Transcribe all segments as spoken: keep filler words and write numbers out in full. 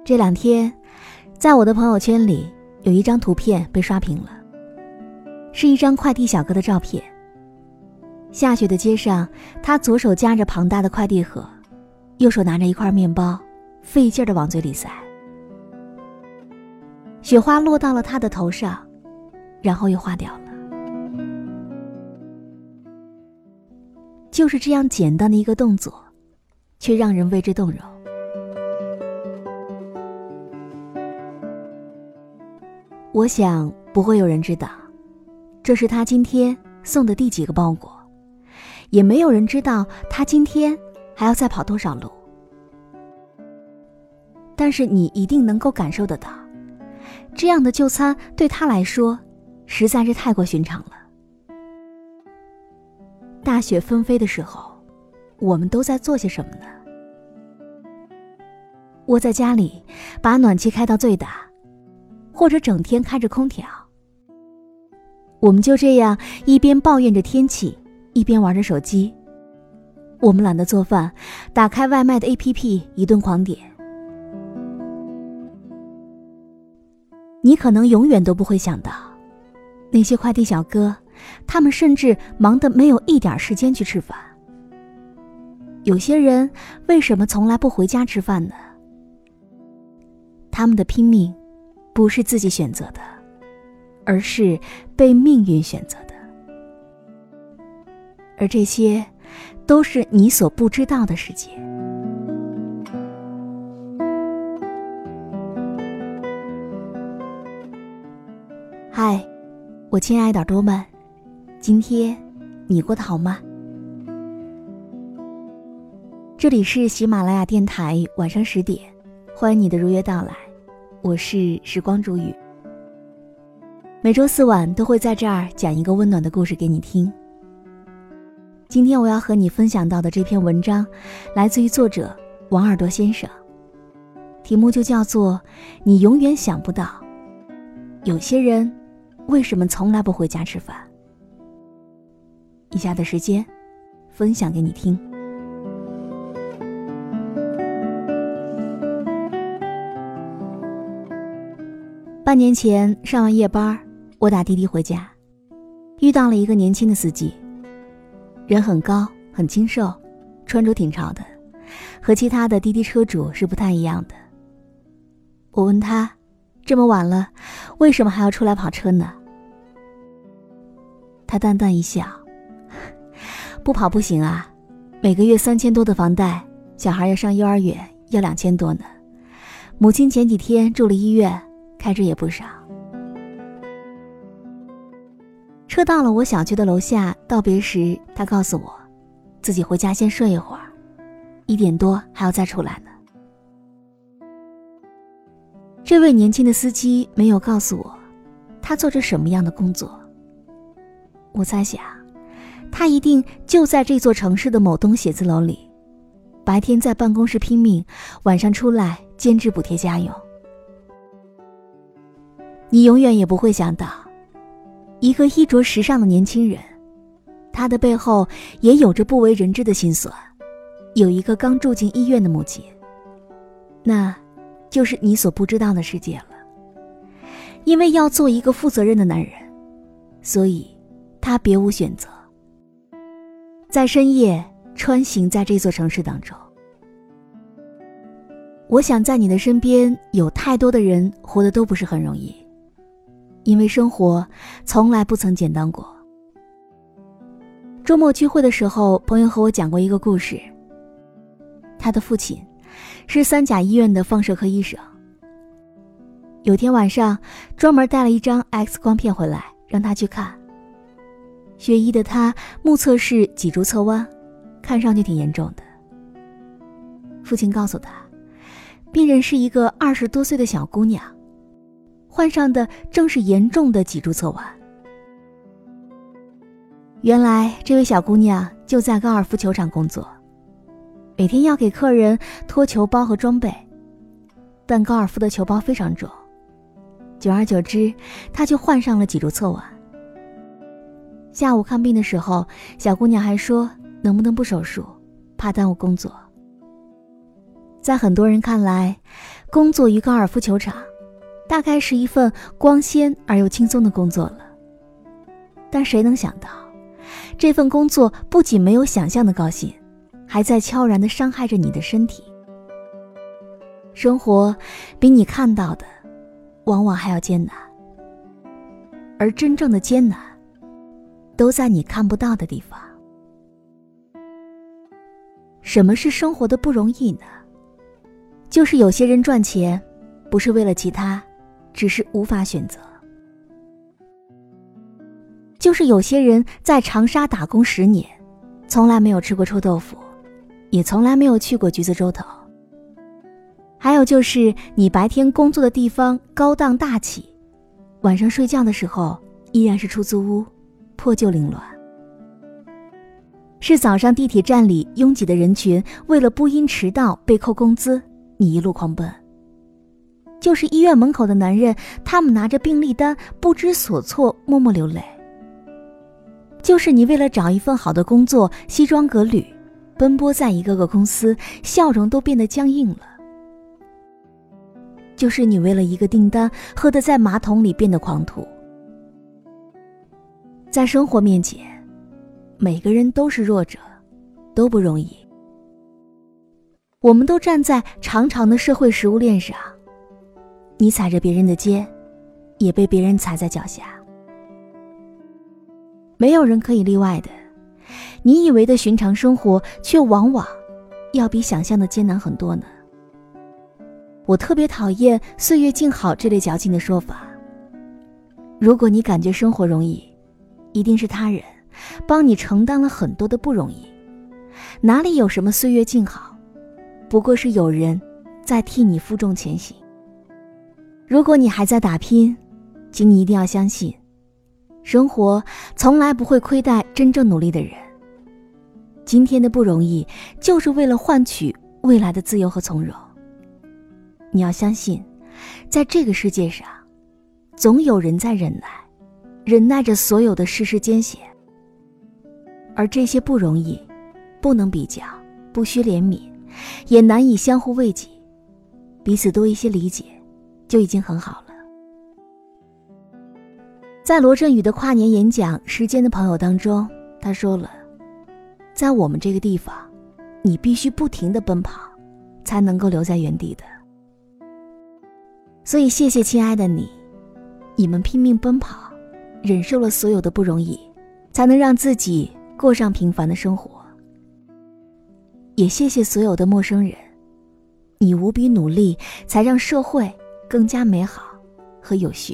这两天，在我的朋友圈里有一张图片被刷屏了，是一张快递小哥的照片。下雪的街上，他左手夹着庞大的快递盒，右手拿着一块面包，费劲地往嘴里塞。雪花落到了他的头上，然后又化掉了。就是这样简单的一个动作，却让人为之动容。我想不会有人知道，这是他今天送的第几个包裹，也没有人知道他今天还要再跑多少路。但是你一定能够感受得到，这样的就餐对他来说实在是太过寻常了。大雪纷飞的时候，我们都在做些什么呢？窝在家里，把暖气开到最大，或者整天开着空调。我们就这样一边抱怨着天气，一边玩着手机。我们懒得做饭，打开外卖的 A P P 一顿狂点。你可能永远都不会想到，那些快递小哥，他们甚至忙得没有一点时间去吃饭。有些人为什么从来不回家吃饭呢？他们的拼命不是自己选择的，而是被命运选择的。而这些都是你所不知道的世界。嗨，我亲爱的耳朵们，今天你过得好吗？这里是喜马拉雅电台，晚上十点，欢迎你的如约到来，我是时光煮雨。每周四晚都会在这儿讲一个温暖的故事给你听。今天我要和你分享到的这篇文章，来自于作者王耳朵先生，题目就叫做你永远想不到，有些人为什么从来不回家吃饭。以下的时间分享给你听。半年前上完夜班，我打滴滴回家，遇到了一个年轻的司机，人很高很清瘦，穿着挺潮的，和其他的滴滴车主是不太一样的。我问他，这么晚了，为什么还要出来跑车呢？他淡淡一笑，不跑不行啊，每个月三千多的房贷，小孩要上幼儿园要两千多呢，母亲前几天住了医院，开支也不少。车到了我小区的楼下，道别时他告诉我，自己回家先睡一会儿，一点多还要再出来呢。这位年轻的司机没有告诉我他做着什么样的工作，我猜想他一定就在这座城市的某栋写字楼里，白天在办公室拼命，晚上出来兼职补贴家用。你永远也不会想到，一个衣着时尚的年轻人，他的背后也有着不为人知的辛酸，有一个刚住进医院的母亲，那就是你所不知道的世界了。因为要做一个负责任的男人，所以他别无选择，在深夜穿行在这座城市当中。我想在你的身边有太多的人活得都不是很容易，因为生活从来不曾简单过。周末聚会的时候，朋友和我讲过一个故事。他的父亲是三甲医院的放射科医生，有天晚上专门带了一张 X 光片回来让他去看。学医的他目测是脊柱侧弯，看上去挺严重的。父亲告诉他，病人是一个二十多岁的小姑娘，患上的正是严重的脊柱侧弯。原来这位小姑娘就在高尔夫球场工作，每天要给客人拖球包和装备，但高尔夫的球包非常重，久而久之她就患上了脊柱侧弯。下午看病的时候，小姑娘还说能不能不手术，怕耽误工作。 在很多人看来，工作于高尔夫球场大概是一份光鲜而又轻松的工作了。但谁能想到，这份工作不仅没有想象的高兴，还在悄然地伤害着你的身体。生活比你看到的往往还要艰难，而真正的艰难都在你看不到的地方。什么是生活的不容易呢？就是有些人赚钱不是为了其他，只是无法选择。就是有些人在长沙打工十年，从来没有吃过臭豆腐，也从来没有去过橘子洲头。还有就是你白天工作的地方高档大气，晚上睡觉的时候依然是出租屋，破旧凌乱。是早上地铁站里拥挤的人群为了不因迟到被扣工资，你一路狂奔。就是医院门口的男人，他们拿着病历单不知所措，默默流泪。就是你为了找一份好的工作，西装革履，奔波在一个个公司，笑容都变得僵硬了。就是你为了一个订单，喝得在马桶里变得狂吐。在生活面前，每个人都是弱者，都不容易。我们都站在长长的社会食物链上，你踩着别人的肩，也被别人踩在脚下。没有人可以例外的，你以为的寻常生活，却往往要比想象的艰难很多呢。我特别讨厌岁月静好这类矫情的说法。如果你感觉生活容易，一定是他人帮你承担了很多的不容易。哪里有什么岁月静好，不过是有人在替你负重前行。如果你还在打拼，请你一定要相信，生活从来不会亏待真正努力的人。今天的不容易，就是为了换取未来的自由和从容。你要相信，在这个世界上，总有人在忍耐，忍耐着所有的世事艰险。而这些不容易，不能比较，不需怜悯，也难以相互慰藉，彼此多一些理解，就已经很好了。在罗振宇的跨年演讲《时间的朋友》当中，他说了，在我们这个地方，你必须不停地奔跑，才能够留在原地的。所以谢谢亲爱的你，你们拼命奔跑，忍受了所有的不容易，才能让自己过上平凡的生活。也谢谢所有的陌生人，你无比努力，才让社会更加美好和有序。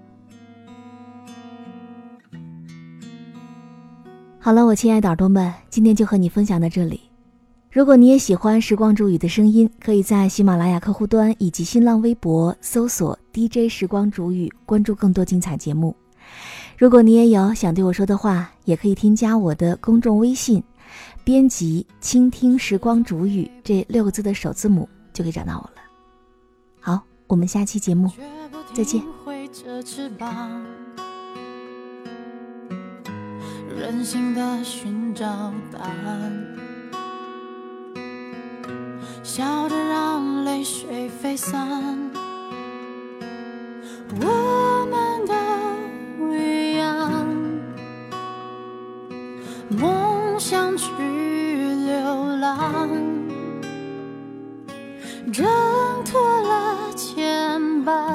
好了，我亲爱的耳朵们，今天就和你分享到这里。如果你也喜欢时光煮雨的声音，可以在喜马拉雅客户端以及新浪微博搜索 D J 时光煮雨，关注更多精彩节目。如果你也有想对我说的话，也可以添加我的公众微信，编辑倾听时光煮雨这六个字的首字母，就可以找到我了。好，我们下期节目再见。 任性的寻找答案，笑着让泪水飞散，我们都一样，梦想去流浪，挣脱了牵绊，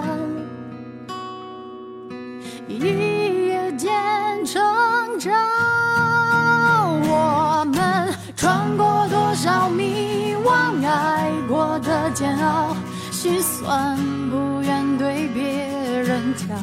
一夜间成长。我们穿过多少迷惘，爱过的煎熬，心酸不愿对别人讲。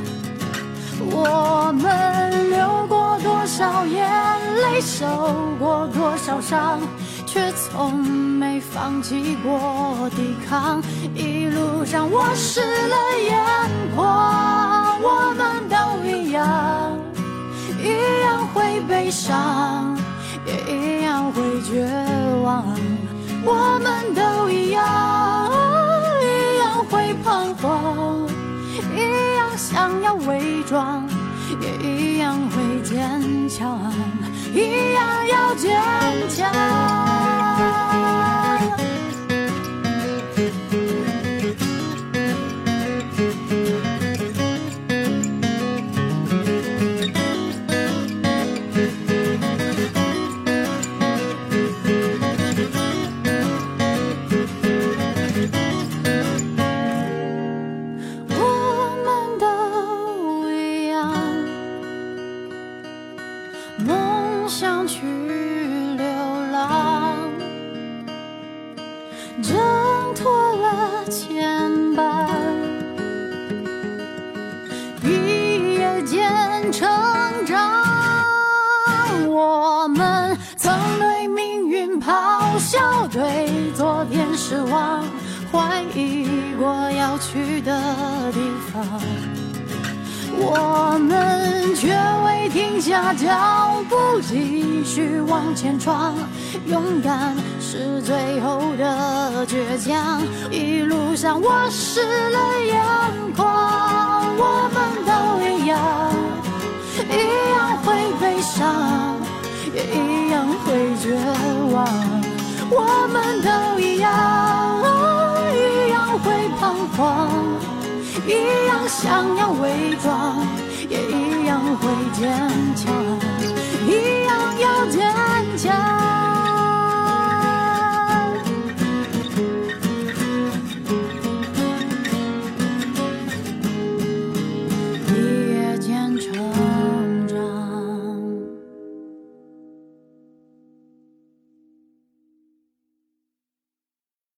我们流过多少眼泪，受过多少伤，却从没放弃过抵抗。一路上我湿了眼眶，我们都一样，一样会悲伤，也一样会绝望。我们都一样，一样会彷徨，一样想要伪装，也一样会坚强，一样要坚强。 失望，怀疑过要去的地方。我们却未停下脚步，继续往前闯。勇敢是最后的倔强，一路上我湿了眼眶。我们都一样，一样会悲伤，也一样会绝望。我们都一样，一样会彷徨，一样想要伪装，也一样会坚强。